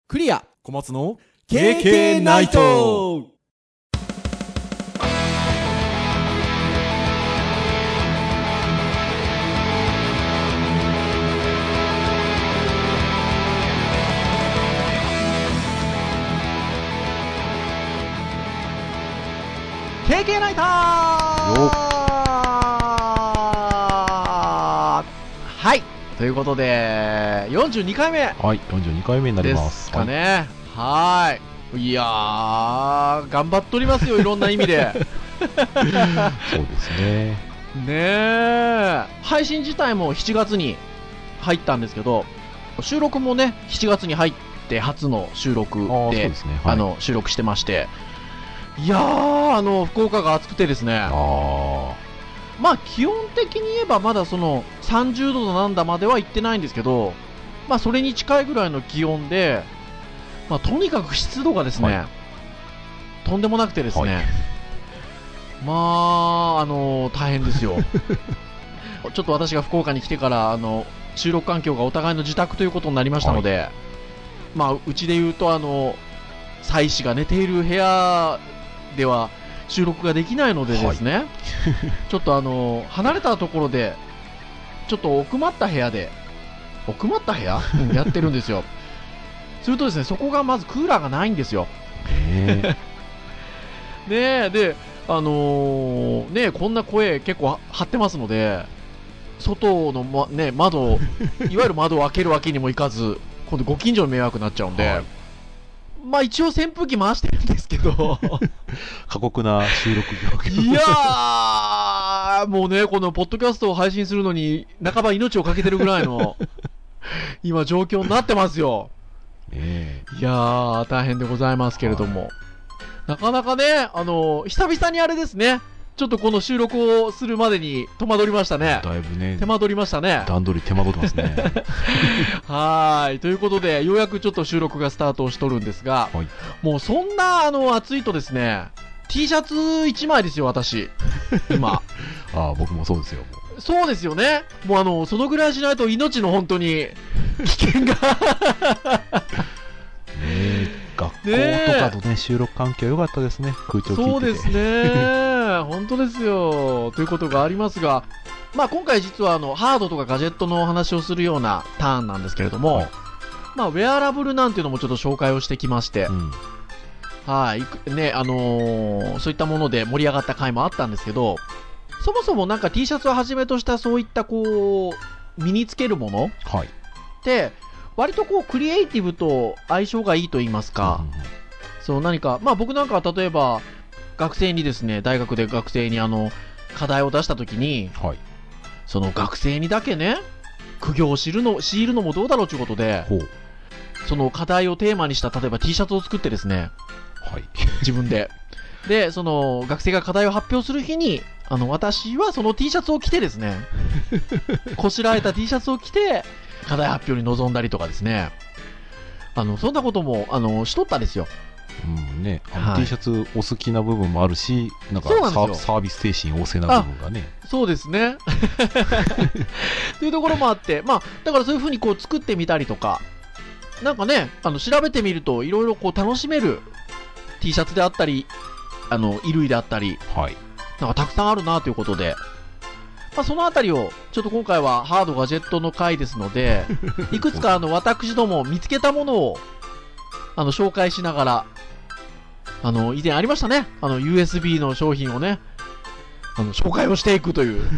クリア小松の KK ナイト。KK ナイター。はい、ということで42回目。 はい、42回目になりますですかね。はい、いやー頑張っとりますよ、いろんな意味で。 そうですね。 ねえ、配信自体も7月に入ったんですけど、収録もね7月に入って初の収録で、 そうですね、はい、 収録してまして、いやー福岡が暑くてですね、まあ気温的に言えばまだその30度なんだまでは行ってないんですけど、まあそれに近いぐらいの気温で、まあとにかく湿度がですね、 はい、 とんでもなくてですね、 はい、 まあ大変ですよ。ちょっと私が福岡に来てから収録環境がお互いの自宅ということになりましたので、まあうちで言うと妻子が寝ている部屋では収録ができないのでですね、ちょっと離れたところでちょっと奥まった部屋でやってるんですよ。するとですね、そこがまずクーラーがないんですよ。ねえ、でねえ、こんな声結構張ってますので、外の、窓いわゆる窓を開けるわけにもいかず、今度ご近所の迷惑になっちゃうんで、はい、まあ一応扇風機回してるんですけど過酷な収録状況。 いやーもうね、このポッドキャストを配信するのに半ば命をかけてるぐらいの今状況になってますよ。いやー大変でございますけれども、なかなかね久々にあれですね、ちょっとこの収録をするまでに戸惑りましたね。 だいぶね、 手間取りましたね。 段取り手間取ってますね。 はい、ということでようやくちょっと収録がスタートをしとるんですが、はい、もうそんな暑いとですね、 T シャツ1枚ですよ私今。 僕もそうですよ。 そうですよね、もうそのぐらいしないと命の本当に危険が学校とかとね、収録環境良かったですね、空調聞いてて。 そうですね、本当ですよ。ということがありますが、まあ今回実はハードとかガジェットのお話をするようなターンなんですけれども、はい、まあウェアラブルなんていうのもちょっと紹介をしてきまして、はいね、そういったもので盛り上がった回もあったんですけど、そもそもなんか T シャツをはじめとしたそういったこう身につけるもの、はい、で割とこうクリエイティブと相性がいいと言いますか、そう何か、まあ僕なんかは例えば学生にですね、大学で学生に課題を出したときに、はい、その学生にだけね苦行を強いるのもどうだろうということで、その課題をテーマにした例えば T シャツを作ってですね、はい、自分でその学生が課題を発表する日に私はその T シャツを着てですねこしらえた T シャツを着て課題発表に臨んだりとかですね、そんなこともしとったんですよ。 ね、はい、T シャツお好きな部分もあるし、なんかサービス精神旺盛な部分がね。 そうですねというところもあって、まあだからそういう風にこう作ってみたりとか、なんかね調べてみるといろいろこう楽しめる T シャツであったり衣類であったり、はい、なんかたくさんあるなということで、まあ、そのあたりをちょっと今回はハードガジェットの回ですのでいくつか私ども見つけたものを紹介しながら、以前ありましたね、USB の商品をね紹介をしていくという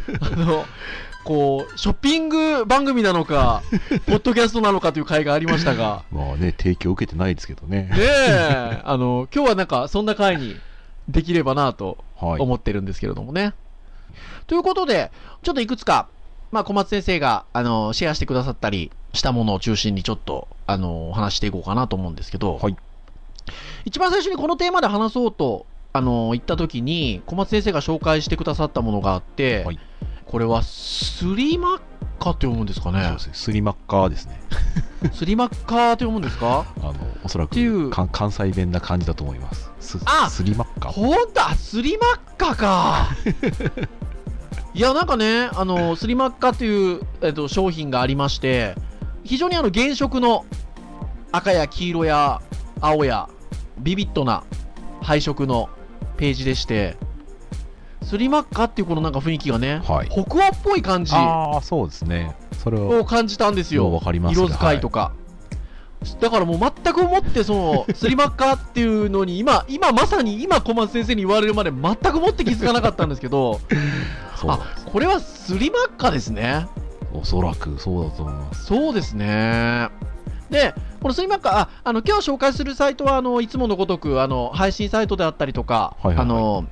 こうショッピング番組なのかポッドキャストなのかという回がありましたがまあね、提供受けてないですけどね。 ねえ今日はなんかそんな回にできればなと思ってるんですけれどもね、はい、ということでちょっといくつか、まあ、小松先生がシェアしてくださったりしたものを中心にちょっとお話していこうかなと思うんですけど、はい、一番最初にこのテーマで話そうと言った時に小松先生が紹介してくださったものがあって、はい、これはスリマッカって読むんですかね。 そうですね、スリマッカーですね。 スリマッカーって読むんですか。 おそらく関西弁な感じだと思います。スリマッカー。 ほんと、スリマッカか。いやなんかねスリマッカという、商品がありまして、非常に原色の赤や黄色や青やビビッドな配色のページでして、スリマッカっていうこのなんか雰囲気がね、 はい、 北欧っぽい感じそうですね、それを感じたんですよ。 わかります、 色使いとか、はい、だからもう全く思ってそのスリマッカっていうのに今まさに今小松先生に言われるまで全くもって気づかなかったんですけどあ、これはスリマッカですね。 おそらくそうだと思います。 そうですね。でこのスリマッカ今日紹介するサイトはいつものごとく配信サイトであったりとか、はいはいはい、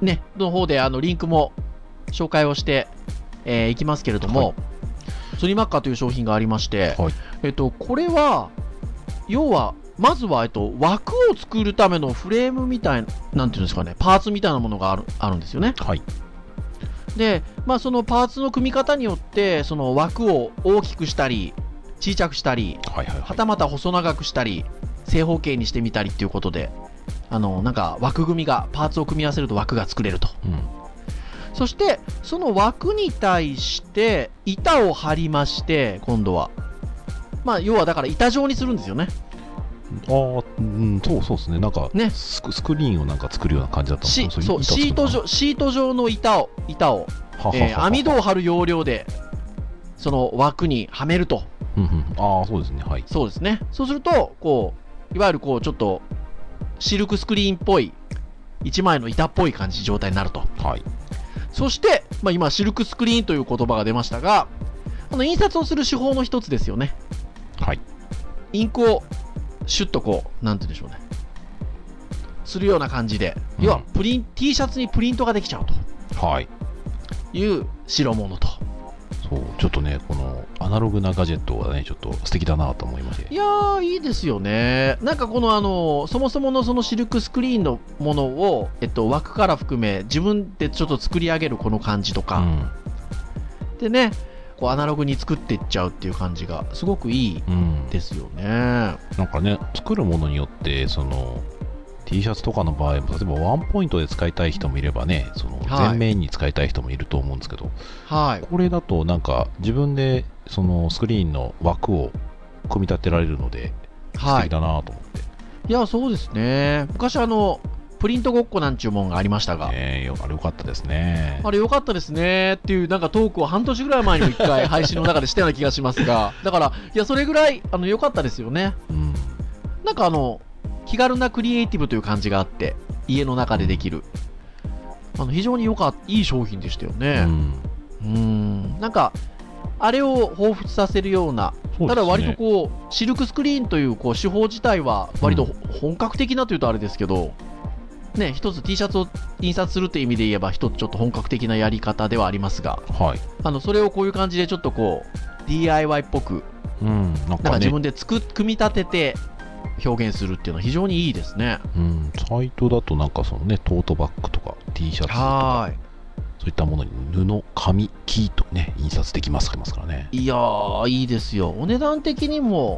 ね、の方でリンクも紹介をしていきますけれども、はい、スリマッカという商品がありまして、はい、これは要はまずは、枠を作るためのフレームみたいなんていうんですかね、パーツみたいなものがあるんですよね。 はい、 で、そのパーツの組み方によってその枠を大きくしたり小さくしたり、はいはいはい、はたまた細長くしたり正方形にしてみたりっていうことでなんか枠組みがパーツを組み合わせると枠が作れると、うん、そしてその枠に対して板を張りまして、今度は要はだから板状にするんですよね。 うん、そうですね。なんか、ね、スクリーンをなんか作るような感じだったのかな。 そう、シート状の板を網戸を張る要領でその枠にはめると。 そうですね。はい。 そうですね。そうするとこういわゆるこうちょっとシルクスクリーンっぽい一枚の板っぽい感じ状態になると。 はい。 そして、今シルクスクリーンという言葉が出ましたが、印刷をする手法の一つですよね。 はい。 インクをシュッとこうなんて言うんでしょうね、するような感じで、要はT シャツにプリントができちゃうと、はい、いう代物と。 そう、ちょっとね、このアナログなガジェットはね、ちょっと素敵だなと思いまして。 いやー、いいですよね。なんかこのそもそものそのシルクスクリーンのものを、枠から含め自分でちょっと作り上げるこの感じとか、でね、こうアナログに作っていっちゃうっていう感じがすごくいいですよね。 なんかね、作るものによってその T シャツとかの場合も、例えばワンポイントで使いたい人もいればね、その全面に使いたい人もいると思うんですけど、はい、これだとなんか自分でそのスクリーンの枠を組み立てられるので素敵だなと思って、 いや、そうですね。昔プリントごっこなんちゅうもんがありましたが、 あれよかったですね。 あれよかったですねっていうなんかトークを半年ぐらい前にも1回配信の中でしたような気がしますが、だからいや、それぐらい良かったですよね。なんか気軽なクリエイティブという感じがあって、家の中でできる非常にいい商品でしたよね。なんかあれを彷彿させるような、ただ割とこうシルクスクリーンという手法自体は割と本格的なというとあれですけど、ね、一つ T シャツを印刷するという意味で言えば一つちょっと本格的なやり方ではありますが、はい、それをこういう感じでちょっとこう DIY っぽく、なんか自分で組み立てて表現するっていうのは非常にいいですね。 サイトだとなんかそのね、トートバッグとか T シャツとかそういったものに布、紙、木とね印刷できますからね。 いやー、いいですよ。お値段的にも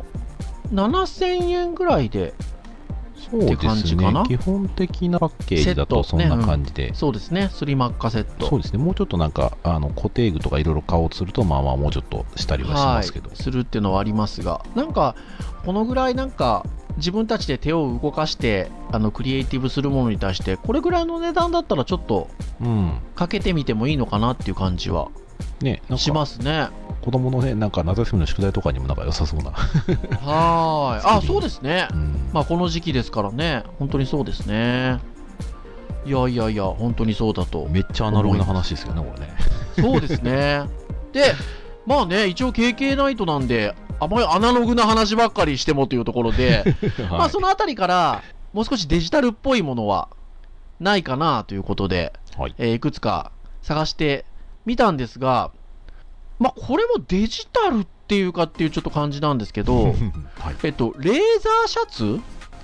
7000円ぐらいでそうですね、基本的なパッケージだとそんな感じで、 そうですね、スリマッカセット、 そうですね、もうちょっとなんか固定具とかいろいろ買おうとするともうちょっとしたりはしますけど、 するっていうのはありますが、なんかこのぐらいなんか自分たちで手を動かしてクリエイティブするものに対してこれぐらいの値段だったらちょっとかけてみてもいいのかなっていう感じはしますね。 子供のね、なんか夏休みの宿題とかにもなんか良さそうなそうですね、この時期ですからね、本当にそうですね。いや本当にそうだと。 めっちゃアナログな話ですよね、これね。 そうですね。で一応 KK ナイトなんであまりアナログな話ばっかりしてもというところで、はい、そのあたりからもう少しデジタルっぽいものはないかなということで、はい、いくつか探してみたんですが、これもデジタルっていうかっていうちょっと感じなんですけど、はい、レーザーシャツ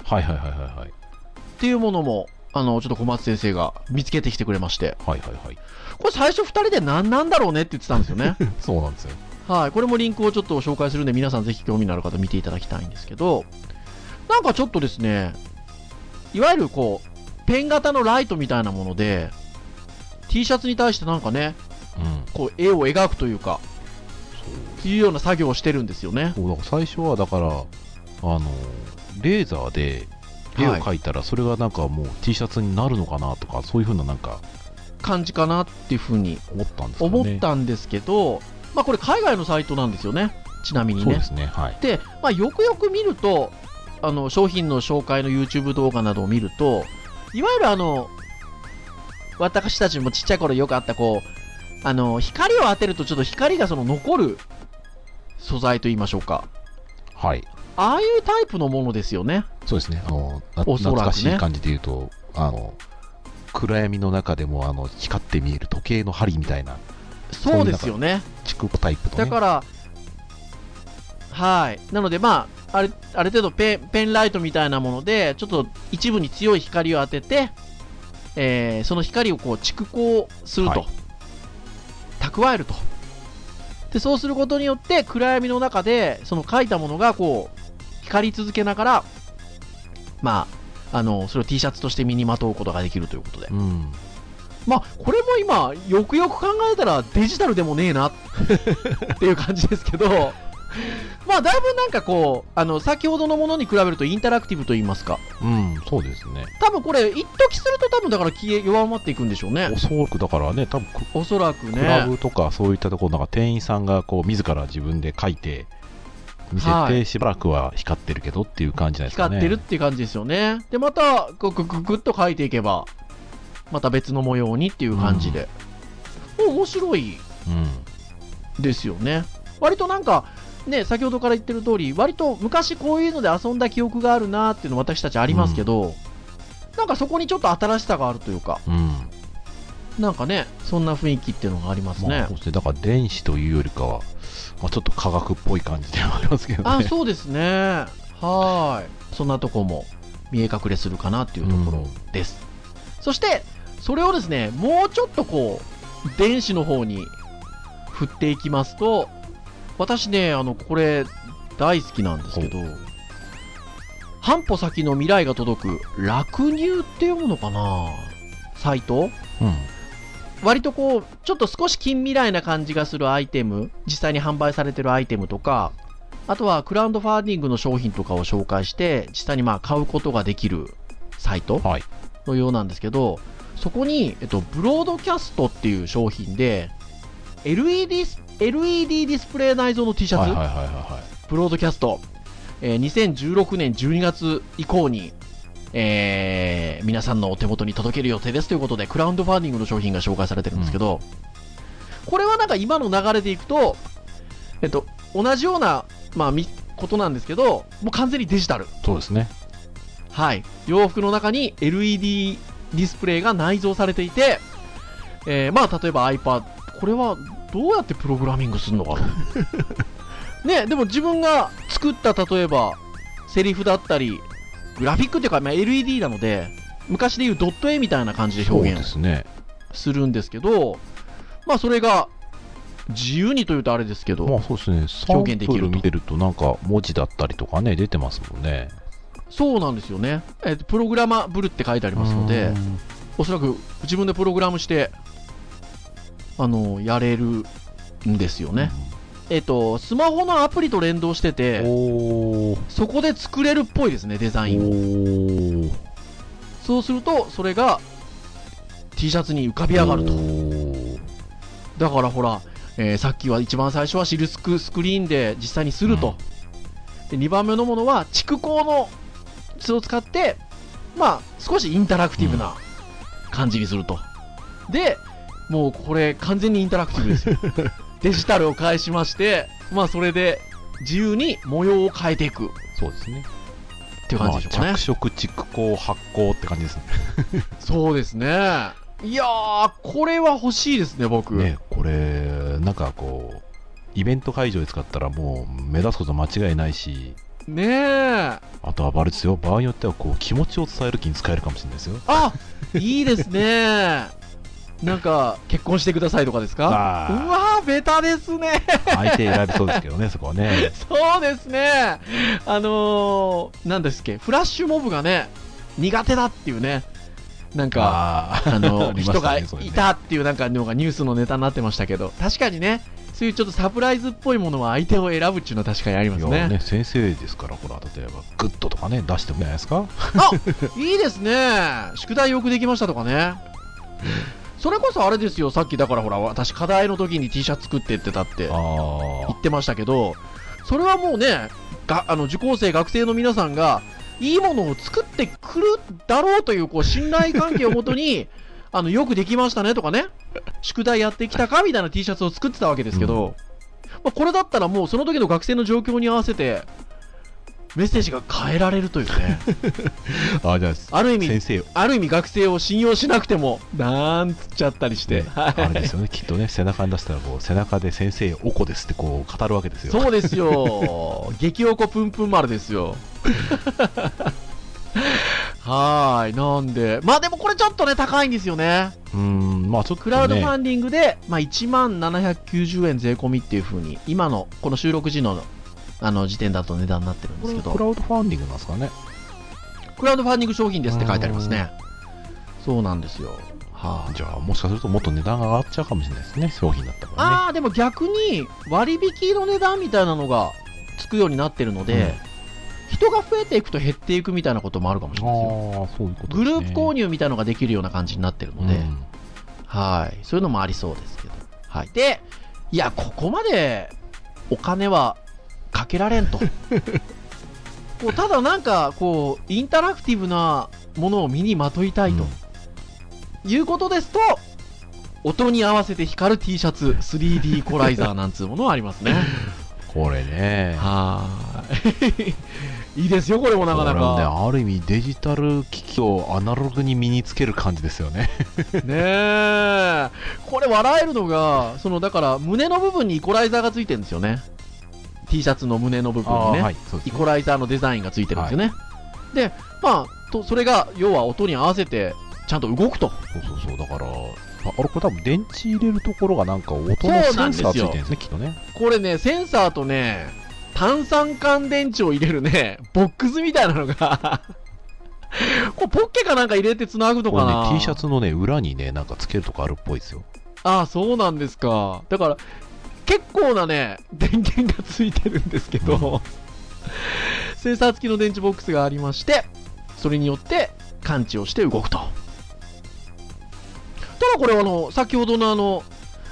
っていうものもちょっと小松先生が見つけてきてくれまして、これ最初2人で何なんだろうねって言ってたんですよね。 そうなんですよ。 はい、これもリンクをちょっと紹介するんで皆さんぜひ興味のある方見ていただきたいんですけど、なんかちょっとですね、いわゆるこうペン型のライトみたいなもので T シャツに対してなんかね、こう絵を描くというかいうような作業をしてるんですよね。 そうだから最初はだからレーザーで絵を描いたらそれがなんかもう T シャツになるのかなとか、そういう風ななんか感じかなっていう風に思ったんですけど、まあこれ海外のサイトなんですよね、ちなみにね。 そうですね、はい。 で、まあ、よくよく見ると商品の紹介の YouTube 動画などを見ると、いわゆる私たちもちっちゃい頃よくあったこう光を当てるとちょっと光が残る素材と言いましょうか、 はい、 ああいうタイプのものですよね。 そうですね、 おそらくね、 懐かしい感じで言うと暗闇の中でも光って見える時計の針みたいな、 そうですよね、 蓄タイプのね。 だからはい、なのでまあある程度ペンライトみたいなものでちょっと一部に強い光を当てて、その光をこう蓄光すると、はい、蓄えると。でそうすることによって暗闇の中でその描いたものがこう光り続けながら、まあそれを T シャツとして身にまとうことができるということで、まあこれも今よくよく考えたらデジタルでもねえなっていう感じですけどまあだいぶなんかこう先ほどのものに比べるとインタラクティブと言いますか、 そうですね。 多分これ一時すると多分だから弱まっていくんでしょうね。 おそらくだからね、多分おそらくね、 クラブとかそういったところなんか店員さんがこう自ら自分で書いて見せて、はい、しばらくは光ってるけどっていう感じなんですかね。 光ってるっていう感じですよね。でまたグッと書いていけばまた別の模様にっていう感じで、面白いですよね。割となんかね、先ほどから言ってる通り、割と昔こういうので遊んだ記憶があるなっていうの私たちありますけど、なんかそこにちょっと新しさがあるというか、なんかね、そんな雰囲気っていうのがありますね。 まあ、そしてだから電子というよりかは、まあ、ちょっと科学っぽい感じではありますけどね。 そうですね。はい。そんなとこも見え隠れするかなっていうところです。そして、それをですね、もうちょっとこう、電子の方に振っていきますと、私ね、これ大好きなんですけど、半歩先の未来が届く楽入って読むのかな、サイト、割とこうちょっと少し近未来な感じがするアイテム、実際に販売されてるアイテムとか、あとはクラウドファンディングの商品とかを紹介して実際にまあ買うことができるサイトのようなんですけど、そこに、ブロードキャストっていう商品で LED ディスプレイ内蔵の T シャツ、ブロードキャスト、2016年12月以降に、皆さんのお手元に届ける予定ですということで、クラウドファンディングの商品が紹介されてるんですけど、これはなんか今の流れでいくと、同じような、まあ、ことなんですけど、もう完全にデジタル。 そうですね。 はい。洋服の中に LED ディスプレイが内蔵されていて、まあ、例えば iPad、これはどうやってプログラミングするのかなね、でも自分が作った例えばセリフだったりグラフィックっていうか、まあ、LED なので昔でいうドット絵みたいな感じで表現するんですけど、まあそれが自由にというとあれですけど、 まあそうですね、表現できると。サンプル見てるとなんか文字だったりとかね出てますもんね。 そうなんですよね。プログラマブルって書いてありますので、おそらく自分でプログラムしてやれるんですよね。スマホのアプリと連動してて、そこで作れるっぽいですね、デザインを。そうするとそれが T シャツに浮かび上がると。だからほら、さっきは一番最初はシルクスクリーンで実際にすると、で2番目のものは蓄光のを使って、まあ少しインタラクティブな感じにすると、でもうこれ完全にインタラクティブですよデジタルを介しまして、まあそれで自由に模様を変えていく。 そうですね。 っていう感じでしょうかね。 着色、蓄光、発光って感じですねそうですね。いやー、これは欲しいですね、僕。 ね、これなんかこうイベント会場で使ったらもう目立つこと間違いないし。 ねえ。 あとはあれですよ、場合によってはこう気持ちを伝える気に使えるかもしれないですよ。 あ、いいですねなんか結婚してくださいとかですか。うわー、ベタですね相手選びそうですけどねそこはねそうですね。なんですっけ、フラッシュモブがね苦手だっていうね、なんか人がいたっていうなんかのがニュースのネタになってましたけど、確かにね、 そういうちょっとサプライズっぽいものは相手を選ぶっていうのは確かにありますね。 ね、先生ですから、ほら、例えばグッドとかね、出してもいいんじゃないですか。 あ、いいですね。宿題よくできましたとかね。それこそあれですよ、さっきだからほら、私課題の時に T シャツ作ってってだって言ってましたけど、それはもうね、受講生、学生の皆さんがいいものを作ってくるだろうという、こう信頼関係をもとによくできましたねとかね、宿題やってきたかみたいな T シャツを作ってたわけですけど、まあ、これだったらもうその時の学生の状況に合わせてメッセージが変えられるというね。 じゃあ、ある意味学生を信用しなくてもなんつっちゃったりして、 ね、あれですよね、きっとね、背中に出したらこう背中で先生おこですってこう語るわけですよ。 そうですよ。激おこぷんぷん丸ですよ。なんで、まあでもこれちょっとね、高いんですよね。 まあちょっとね、 クラウドファンディングで、まあ、1790円税込みっていう風に、今のこの収録時の時点だと値段になってるんですけど。 クラウドファンディングなんですかね。 クラウドファンディング商品ですって書いてありますね。そうなんですよ。 じゃあもしかするともっと値段が上がっちゃうかもしれないですね、商品だったからね。 でも逆に割引の値段みたいなのがつくようになってるので、人が増えていくと減っていくみたいなこともあるかもしれないですよ。 そういうことですね。 グループ購入みたいなのができるような感じになってるので、そういうのもありそうですけど。で、いや、ここまでお金はかけられんと。ただなんか、こう、インタラクティブなものを身にまといたいと。いうことですと、音に合わせて光る T シャツ、3D イコライザーなんつうものはありますね。 これね。 いいですよ、これもなかなか。 ある意味デジタル機器をアナログに身につける感じですよね。 ねえ。これ笑えるのが、だから胸の部分にイコライザーがついてるんですよね。T シャツの胸の部分にね、イコライザーのデザインがついてるんですよね。で、まあ、それが要は音に合わせてちゃんと動くと。 そう、だから、これ多分電池入れるところがなんか音のセンサーついてるんですね、きっとね。 これね、センサーとね、炭酸乾電池を入れるね、ボックスみたいなのがこれポッケかなんか入れて繋ぐのかな。 これね、T シャツのね、裏にね、なんかつけるとこあるっぽいですよ。 そうなんですか。だから、結構なね、電源がついてるんですけど、センサー付きの電池ボックスがありまして、それによって感知をして動くと。ただこれは先ほどの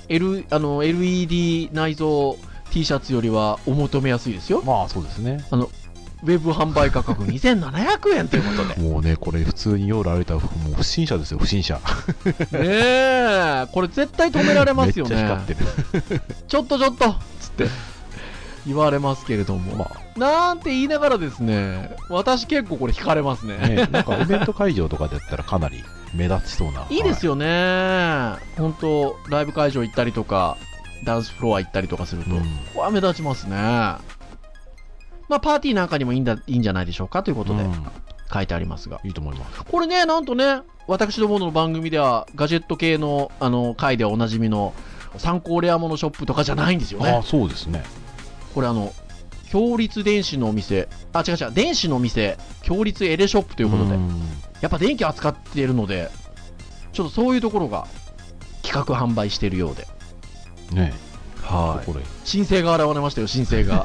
LED 内蔵 T シャツよりはお求めやすいですよ。 まあそうですね。 ウェブ販売価格2700円ということで。 もうね、これ普通に夜歩いたらもう不審者ですよ、不審者。 ねえ、これ絶対止められますよね。 めっちゃ光ってる。 ちょっとつって言われますけれども、なんて言いながらですね、私結構これ惹かれますね。 なんかイベント会場とかでやったらかなり目立ちそうな。 いいですよね。本当ライブ会場行ったりとか、ダンスフロア行ったりとかすると、ここは目立ちますね。まあパーティーなんかにもいいんじゃないでしょうかということで書いてありますが。 いいと思います。 これね、なんとね、私どもの番組ではガジェット系の回ではおなじみの参考レアモノショップとかじゃないんですよね。 そうですね。 これ強立電子のお店、電子のお店、強立エレショップということで、やっぱ電気扱っているので、ちょっとそういうところが企画販売しているようで。 ねえ。これ申請が現れましたよ、申請が。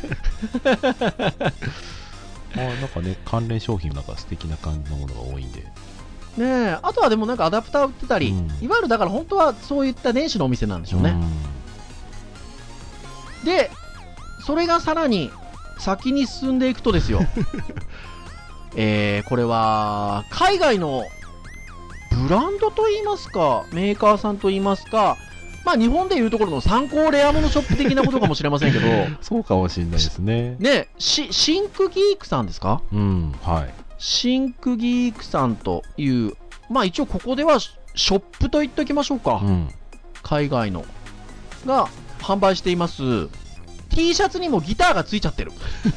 なんかね、関連商品なんか素敵な感じのものが多いんで。 ねえ、あとはでもなんかアダプター売ってたり、いわゆるだから本当はそういった電子のお店なんでしょうね。で、それがさらに先に進んでいくとですよ。これは海外のブランドといいますか、メーカーさんといいますか、まあ日本でいうところの参考レアモノショップ的なことかもしれませんけど、 そうかもしれないですね。 ね、シンクギークさんですか？ はい。 シンクギークさんという、まあ一応ここではショップと言っておきましょうか。海外のが販売しています T シャツにもギターがついちゃってる。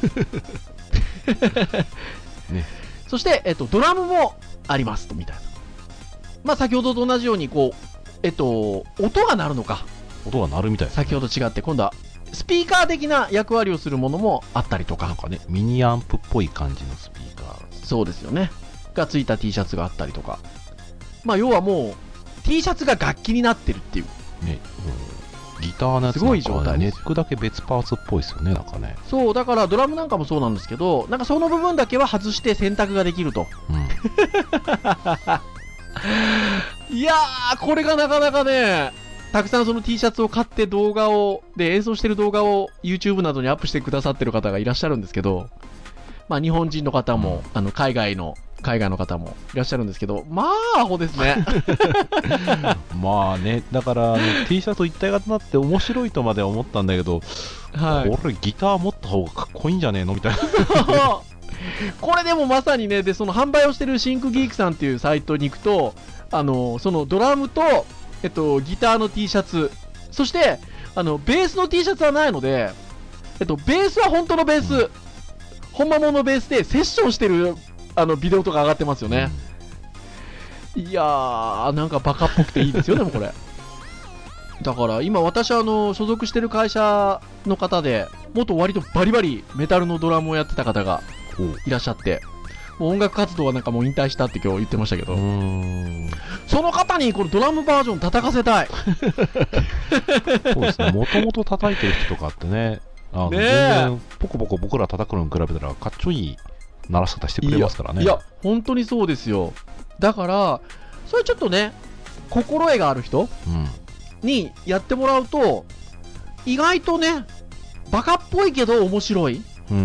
ね、 そして、ドラムもありますとみたいな。まあ先ほどと同じようにこう音が鳴るのか。 音が鳴るみたいですね。 先ほど違って今度はスピーカー的な役割をするものもあったりとか。 なんかね、ミニアンプっぽい感じのスピーカー。 そうですよね。がついた T シャツがあったりとか。まあ要はもう T シャツが楽器になってるっていう。 ね。 ギターのやつすごい状態ネックだけ別パーツっぽいですよね、なんかね。 そう、だからドラムなんかもそうなんですけど、なんかその部分だけは外して選択ができると。いやー、これがなかなかね、たくさんその T シャツを買って動画を、で演奏してる動画を YouTube などにアップしてくださってる方がいらっしゃるんですけど、まあ日本人の方も、海外の方もいらっしゃるんですけど、まあアホですね。 まあね、だからT シャツ一体型になって面白いとまでは思ったんだけど、はい、俺ギター持った方がかっこいいんじゃねえのみたいな。 これでもまさにね、でその販売をしてるシンクギークさんっていうサイトに行くと、そのドラムと、ギターの T シャツ、そしてベースの T シャツはないので、ベースは本当のベース、本物のベースでセッションしてるビデオとか上がってますよね。いやー、なんかバカっぽくていいですよでもこれ。だから今私所属してる会社の方で、元割とバリバリメタルのドラムをやってた方がいらっしゃって、もう音楽活動はなんかもう引退したって今日言ってましたけど、その方にこのドラムバージョン叩かせたい。 そうですね、もともと叩いてる人とかってね、全然ポコポコ僕ら叩くのに比べたらかっちょいい鳴らし方してくれますからね。 いや本当にそうですよ。だからそれちょっとね、心得がある人にやってもらうと、意外とねバカっぽいけど面白い、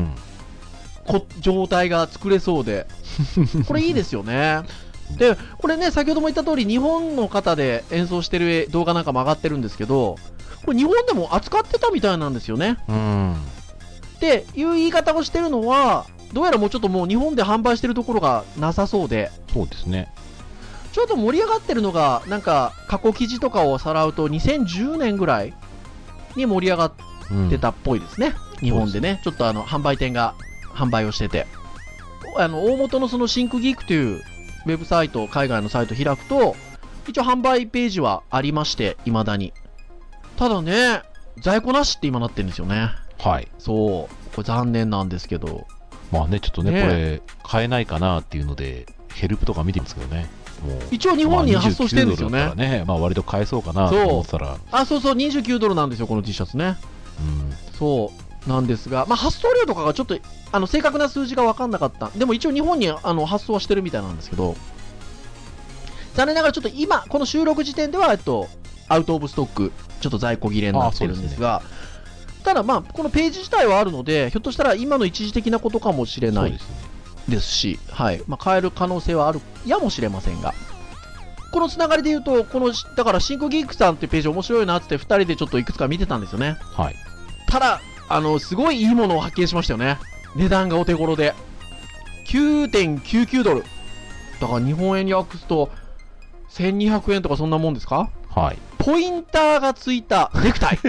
状態が作れそうで、これいいですよね。でこれね、先ほども言った通り日本の方で演奏してる動画なんかも上がってるんですけど、これ日本でも扱ってたみたいなんですよね。っていう言い方をしてるのは、どうやらもうちょっともう日本で販売してるところがなさそうで、 そうですね、 ちょっと盛り上がってるのが、なんか過去記事とかをさらうと2010年ぐらいに盛り上がってたっぽいですね、日本でね。ちょっと販売店が販売をしてて、大元のそのシンクギークというウェブサイト、海外のサイト開くと一応販売ページはありまして、未だに。ただね、在庫なしって今なってるんですよね。 はい、 そう、これ残念なんですけど、 まあね、ちょっとね、これ買えないかなっていうのでヘルプとか見てるんですけどね、もう一応日本に発送してるんですよね。 $29だったらね、まあ割と買えそうかなと思ったら、 そうそう、$29なんですよこの T シャツね。そうなんですが、まあ、発送料とかがちょっと正確な数字が分かんなかった。でも一応日本に発送はしてるみたいなんですけど、残念ながらちょっと今この収録時点ではアウトオブストック、ちょっと在庫切れになってるんですが、ただまあこのページ自体はあるので、ひょっとしたら今の一時的なことかもしれないですし、はい、まあ、変える可能性はあるやもしれませんが、このつながりで言うと、だからシンクギークさんっていうページ面白いなって2人でちょっといくつか見てたんですよね。 はい、 ただすごいいいものを発見しましたよね。値段がお手頃で $9.99 だから日本円に訳すと1200円とかそんなもんですか。 はい、 ポインターがついたネクタイ。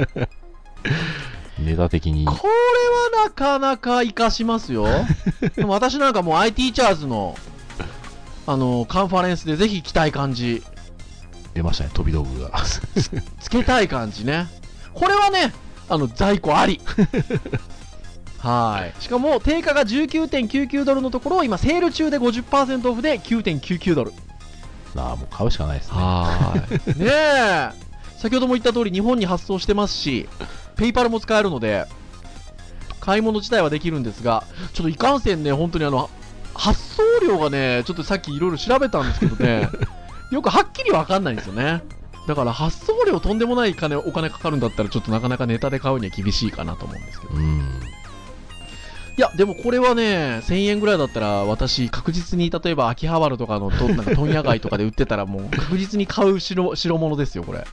ネタ的にこれはなかなか活かしますよ。でも私なんかもう IT チャーズのカンファレンスでぜひ着たい感じ出ましたね、飛び道具がつけたい感じね。これはね在庫あり。はい、しかも定価が$19.99のところを今セール中で 50% オフで$9.99。 もう買うしかないですね。 ねえ、先ほども言った通り日本に発送してますし、ペイパルも使えるので買い物自体はできるんですが、ちょっといかんせんね、本当に発送料がね、ちょっとさっきいろいろ調べたんですけどね、よくはっきり分かんないんですよね。だから発送料とんでもないお金かかるんだったら、ちょっとなかなかネタで買うには厳しいかなと思うんですけど、いやでもこれはね、1000円ぐらいだったら私確実に、例えば秋葉原とかのなんか問屋街とかで売ってたらもう確実に買う代物ですよこれ。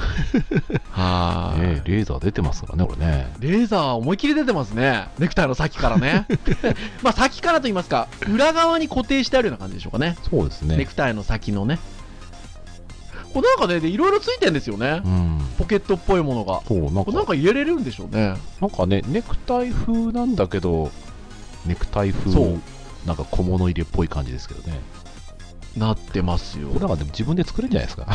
レーザー出てますからね、これね。 レーザー思いっきり出てますね、ネクタイの先からね。まあ先からと言いますか、裏側に固定してあるような感じでしょうかね。 そうですね、 ネクタイの先のね、これなんかね、いろいろついてるんですよね、ポケットっぽいものが。なんか入れれるんでしょうね。 なんかね、ネクタイ風なんだけど、ネクタイ風なんか小物入れっぽい感じですけどね。 なってますよ。 これなんかでも自分で作れるんじゃないですか。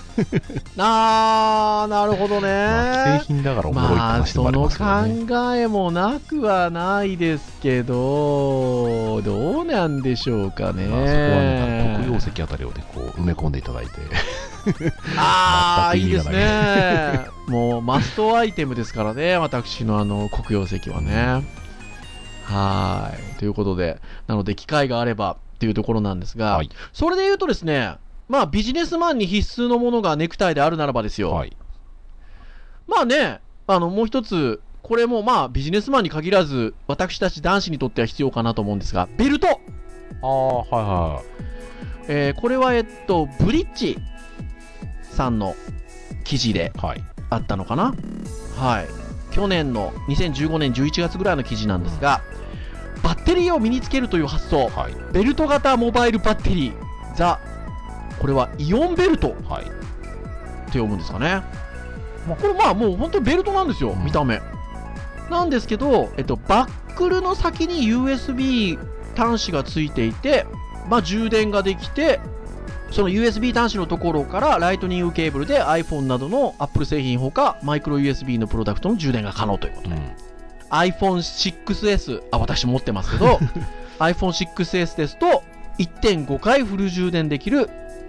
なるほどね。 既製品だからおもろいって話もありますけどね。 その考えもなくはないですけど、どうなんでしょうかね。 そこはね、黒曜石あたりをね、こう埋め込んでいただいてああいいですねもうマストアイテムですからね、私の黒曜石はね。はいということで、なので機会があればっていうところなんですが、はい、それで言うとですね、まあビジネスマンに必須のものがネクタイであるならばですよ、はい、まあね、もう一つこれもまあビジネスマンに限らず私たち男子にとっては必要かなと思うんですが、ベルト。 はいはい、 これはブリッジさんの記事であったのかな、はい、去年の2015年11月ぐらいの記事なんですが、バッテリーを身につけるという発想、はい、ベルト型モバイルバッテリーこれはイオンベルト、はい、って読むんですかね。これまあもう本当にベルトなんですよ、見た目なんですけど、バックルの先に USB 端子がついていて、まあ、充電ができて、その USB 端子のところからライトニングケーブルで iPhone などの Apple 製品ほかマイクロ USB のプロダクトの充電が可能ということで、iPhone6S 私持ってますけどiPhone6S ですと 1.5 回フル充電できる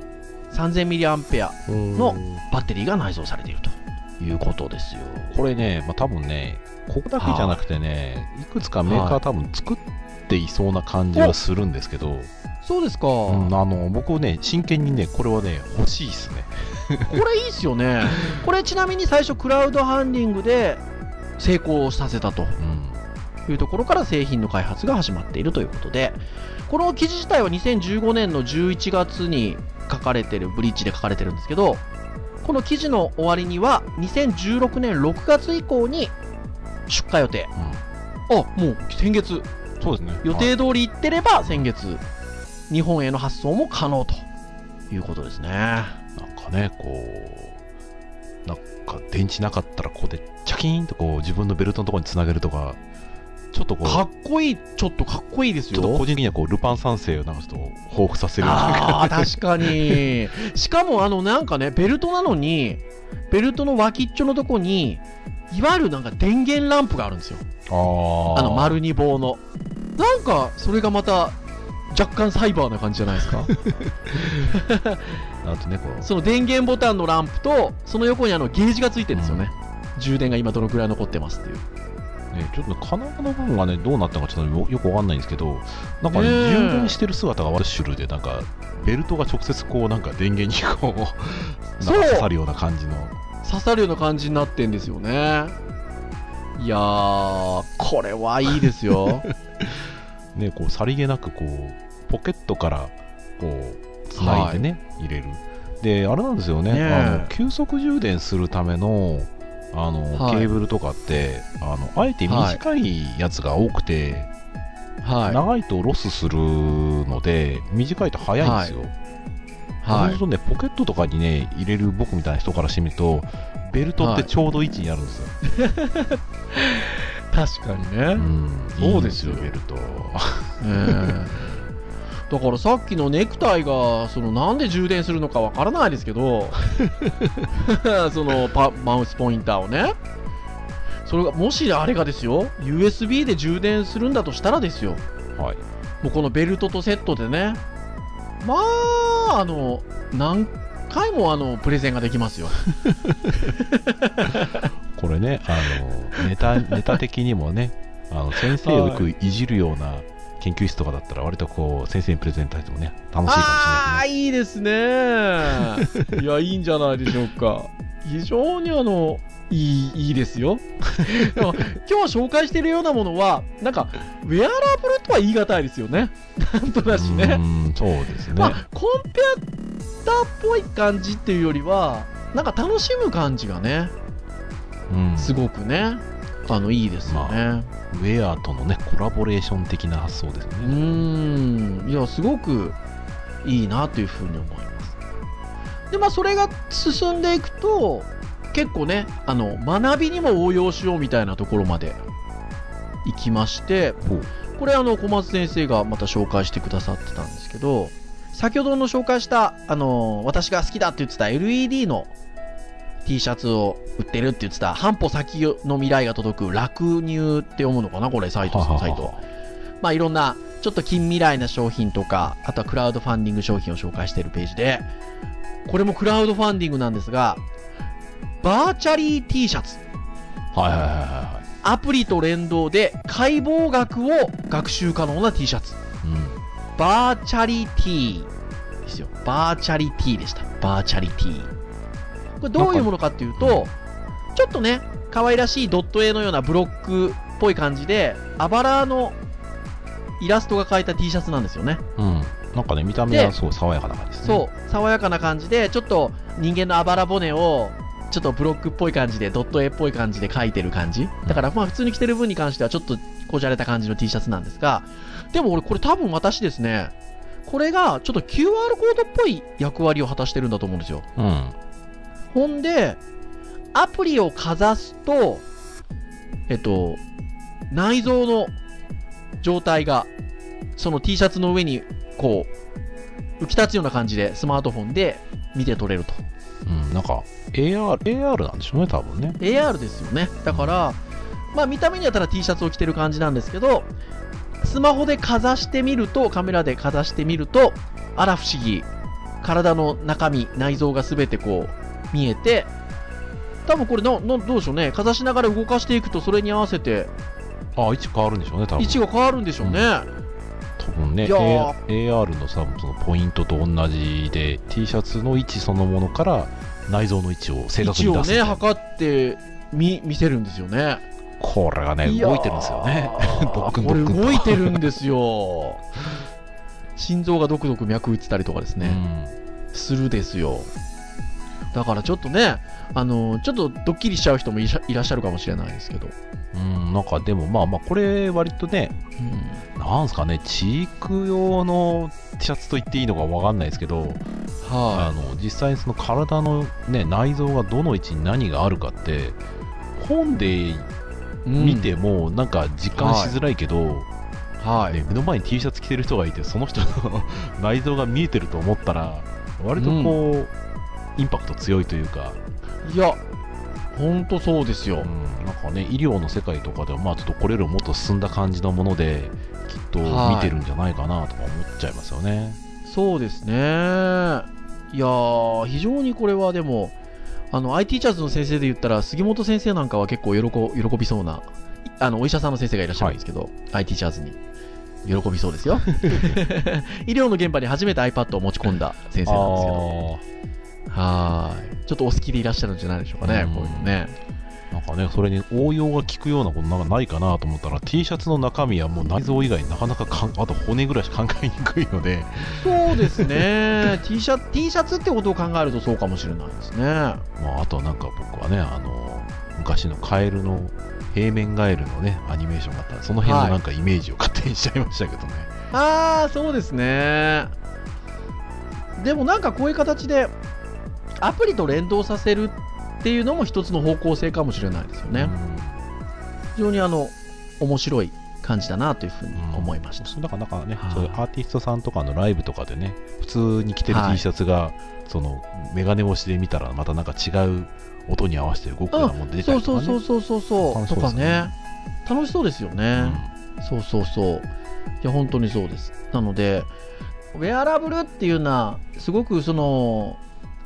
3000mAh のバッテリーが内蔵されているということですよ。 これね、多分ねここだけじゃなくてね、いくつかメーカー多分作っていそうな感じはするんですけど、 そうですか、 僕ね真剣にねこれはね欲しいですねこれいいっすよねこれちなみに最初クラウドファンディングで成功させたというところから製品の開発が始まっているということで、この記事自体は2015年の11月に書かれてる、ブリッジで書かれてるんですけど、この記事の終わりには2016年6月以降に出荷予定、もう先月、 そうですね、 予定通りいってれば先月、日本への発送も可能ということですね。 なんかね、なんか電池なかったらここでチャキーンと自分のベルトのところにつなげるとか、ちょっとかっこいい、ちょっとかっこいいですよ。 ちょっと個人的にはルパン三世をなんかちょっと彷彿させるような。確かに。しかもなんかね、ベルトなのに、ベルトの脇っちょのとこにいわゆるなんか電源ランプがあるんですよ。丸2棒の。なんかそれがまた若干サイバーな感じじゃないですか。 あとね、 その電源ボタンのランプとその横にゲージがついてるんですよね、充電が今どのくらい残ってますっていう。 ちょっと金具の部分がねどうなったのかちょっとよくわかんないんですけど、なんかね、充電してる姿がワッシュルで、なんかベルトが直接なんか電源になんか刺さるような感じの、 刺さるような感じになってんですよね。いやー、これはいいですよ。 ね、さりげなくポケットからつないでね、入れる。であれなんですよね、急速充電するためのケーブルとかってあえて短いやつが多くて、長いとロスするので短いと早いんですよ。そうするとね、ポケットとかにね入れる僕みたいな人からしてみるとベルトってちょうど位置にあるんですよ。 確かにね、 そうですよベルト。 だからさっきのネクタイがなんで充電するのかわからないですけどそのマウスポインターをね、それがもしあれがですよ USB で充電するんだとしたらですよ、もうこのベルトとセットでね、まあ何回もプレゼンができますよ。 これね、ネタ的にもね、先生をよくいじるような研究室とかだったら割と先生にプレゼンターしてもね楽しいかもしれないですね。 いいですね。いや、いいんじゃないでしょうか。非常にいいですよ。今日紹介しているようなものはなんかウェアラブルとは言い難いですよね。なんとなしね。 そうですね。 コンピューターっぽい感じっていうよりはなんか楽しむ感じがね、すごくねいいですよね。 ウェアとのねコラボレーション的な発想ですね。 いや、すごくいいなというふうに思います。でそれが進んでいくと結構ね学びにも応用しようみたいなところまで行きまして、これ小松先生がまた紹介してくださってたんですけど、先ほどの紹介した私が好きだって言ってた LED の T シャツを売ってるって言ってた半歩先の未来が届く楽入って読むのかな、これサイト。いろんなちょっと近未来な商品とか、あとはクラウドファンディング商品を紹介しているページで、これもクラウドファンディングなんですが、バーチャリー T シャツ。 はいはいはいはい。 アプリと連動で解剖学を学習可能な T シャツ。バーチャリティですよ。バーチャリティでした。バーチャリティ。これどういうものかっていうと、ちょっとね、可愛らしいドット絵のようなブロックっぽい感じで、あばらのイラストが描いた T シャツなんですよね。 なんかね、見た目はすごい爽やかな感じですね。 そう、爽やかな感じで、ちょっと人間のあばら骨を、ちょっとブロックっぽい感じで、ドット絵っぽい感じで描いてる感じ。だからまあ普通に着てる分に関してはちょっとこじゃれた感じの T シャツなんですが、でも俺これ多分私ですね、これがちょっと QR コードっぽい役割を果たしてるんだと思うんですよ。ほんで、アプリをかざすと、内臓の状態が、その T シャツの上にこう浮き立つような感じでスマートフォンで見て取れると。 なんか AR なんでしょうね、多分ね。 AR ですよね。だから、まあ見た目にはただ T シャツを着てる感じなんですけど、スマホでかざしてみると、カメラでかざしてみると、あら不思議、体の中身、内臓がすべてこう見えて、多分これどうでしょうね、かざしながら動かしていくとそれに合わせて位置変わるんでしょうね、多分。 位置が変わるんでしょうね。 多分ね、AR のそのポイントと同じで T シャツの位置そのものから内臓の位置を正確に出す。 位置をね、測って見せるんですよね。 これがね、動いてるんですよね。 これ動いてるんですよ。心臓がドクドク脈打ってたりとかですね、するですよ。だからちょっとね、ちょっとドッキリしちゃう人もいらっしゃるかもしれないですけど。 なんかでもまあこれ割とね、なんすかね、チーク用の T シャツと言っていいのかわかんないですけど、実際にその体のね、内臓がどの位置に何があるかって、本で見てもなんか実感しづらいけど、目の前に T シャツ着てる人がいて、その人の内臓が見えてると思ったら、割とこう、インパクト強いというか。 いや、ほんとそうですよ。 なんかね、医療の世界とかでは、まあちょっとこれよりもっと進んだ感じのもので、きっと見てるんじゃないかなとか思っちゃいますよね。 そうですね。いやー、非常にこれはでも、IT チャーズの先生で言ったら、杉本先生なんかは結構喜びそうな、お医者さんの先生がいらっしゃるんですけど、IT チャーズに。喜びそうですよ。医療の現場に初めて iPad を持ち込んだ先生なんですけど。ちょっとお好きでいらっしゃるんじゃないでしょうかね、こういうのね。 なんかね、それに応用が効くようなことなんかないかなと思ったら、T シャツの中身はもう内臓以外なかなかあと骨ぐらいしか考えにくいので。 そうですね。T シャツってことを考えるとそうかもしれないですね。 あとなんか僕はね、昔のカエルの平面ガエルのね、アニメーションがあったら、その辺のなんかイメージを勝手にしちゃいましたけどね。 そうですね。でもなんかこういう形でアプリと連動させるっていうのも一つの方向性かもしれないですよね。非常に面白い感じだなというふうに思いました。 だからね、そういうアーティストさんとかのライブとかでね、普通に着てる T シャツが、そのメガネ越しで見たらまたなんか違う音に合わせて動くようなもんで出たりとかね。 そうとかね、楽しそうですよね。そういや本当にそうです。なのでウェアラブルっていうのはすごくその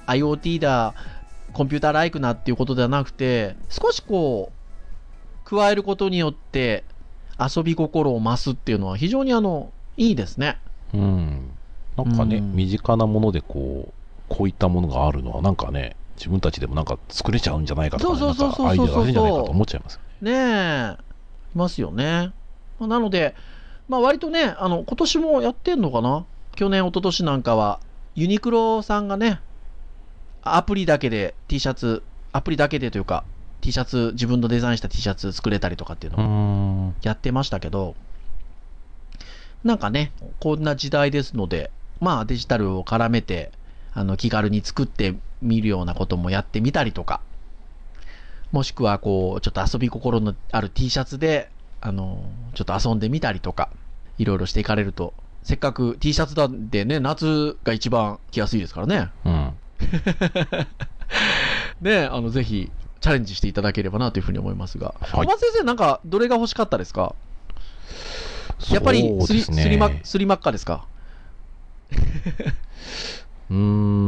IoT だコンピューターライクなっていうことではなくて、少しこう加えることによって遊び心を増すっていうのは非常にいいですね。 なんかね、身近なものでこういったものがあるのはなんかね、自分たちでもなんか作れちゃうんじゃないかとか、ね、なんかアイデアが出るんじゃないかと思っちゃいますよね。いますよね。なので、割とね、今年もやってんのかな。去年一昨年なんかはユニクロさんがね、アプリだけで T シャツ、アプリだけでというか T シャツ、自分のデザインした T シャツ作れたりとかっていうのをやってましたけど、なんかね、こんな時代ですので、デジタルを絡めて気軽に作ってみるようなこともやってみたりとか、もしくはこうちょっと遊び心のある T シャツでちょっと遊んでみたりとか、いろいろしていかれると、せっかく T シャツだでね、夏が一番着やすいですからね。ね、ぜひチャレンジしていただければなというふうに思いますが、小松先生なんかどれが欲しかったですか？ やっぱりスリマッカですか？ まあ、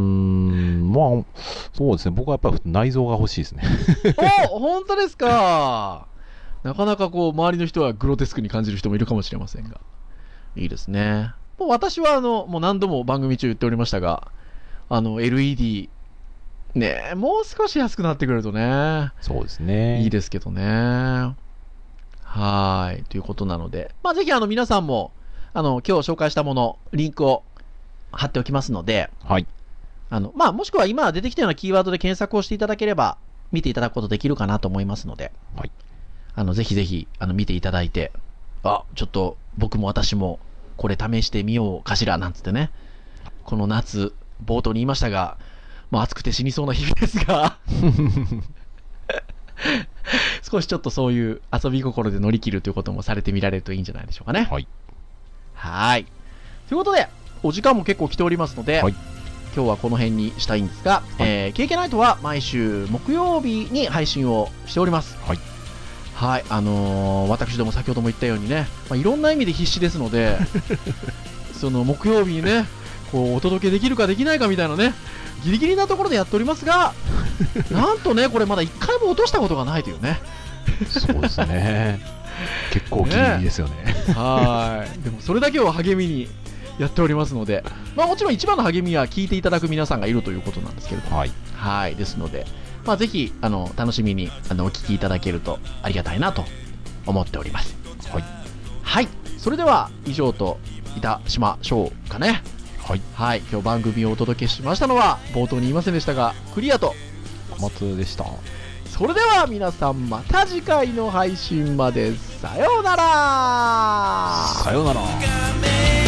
そうですね。僕はやっぱり内臓が欲しいですね。 本当ですか？なかなかこう、周りの人はグロテスクに感じる人もいるかもしれませんが。いいですね。もう私はもう何度も番組中言っておりましたが、LED、ね、もう少し安くなってくるとね。 そうですね。 いいですけどね。はい。ということなので、まあ、ぜひ皆さんも、今日紹介したもの、リンクを貼っておきますので、 はい。 まあ、もしくは今出てきたようなキーワードで検索をしていただければ、見ていただくことできるかなと思いますので、 はい。 ぜひぜひ、見ていただいて、ちょっと僕も私もこれ試してみようかしら、なんつってね。この夏、冒頭に言いましたが、もう暑くて死にそうな日々ですが、少しちょっとそういう遊び心で乗り切るということもされてみられるといいんじゃないでしょうかね。 はい。 はい。ということで、お時間も結構来ておりますので、 はい、 今日はこの辺にしたいんですが、KK ナイトは毎週木曜日に配信をしております。 はい。 はい。私ども先ほども言ったようにね、いろんな意味で必死ですので、その木曜日にね、こうお届けできるかできないかみたいなね、ギリギリなところでやっておりますが、なんとね、これまだ1回も落としたことがないというね。 そうですね。結構ギリギリですよね。 はい。でもそれだけを励みにやっておりますので、まあもちろん一番の励みは聞いていただく皆さんがいるということなんですけれども、はい。はい。ですので、まあぜひ、楽しみに、お聞きいただけるとありがたいなと思っております。 はい。 はい。それでは、以上といたしましょうかね。 はい。 はい。今日番組をお届けしましたのは、冒頭に言いませんでしたが、クリアと小松でした。 それでは皆さんまた次回の配信まで。さようなら。 さようなら。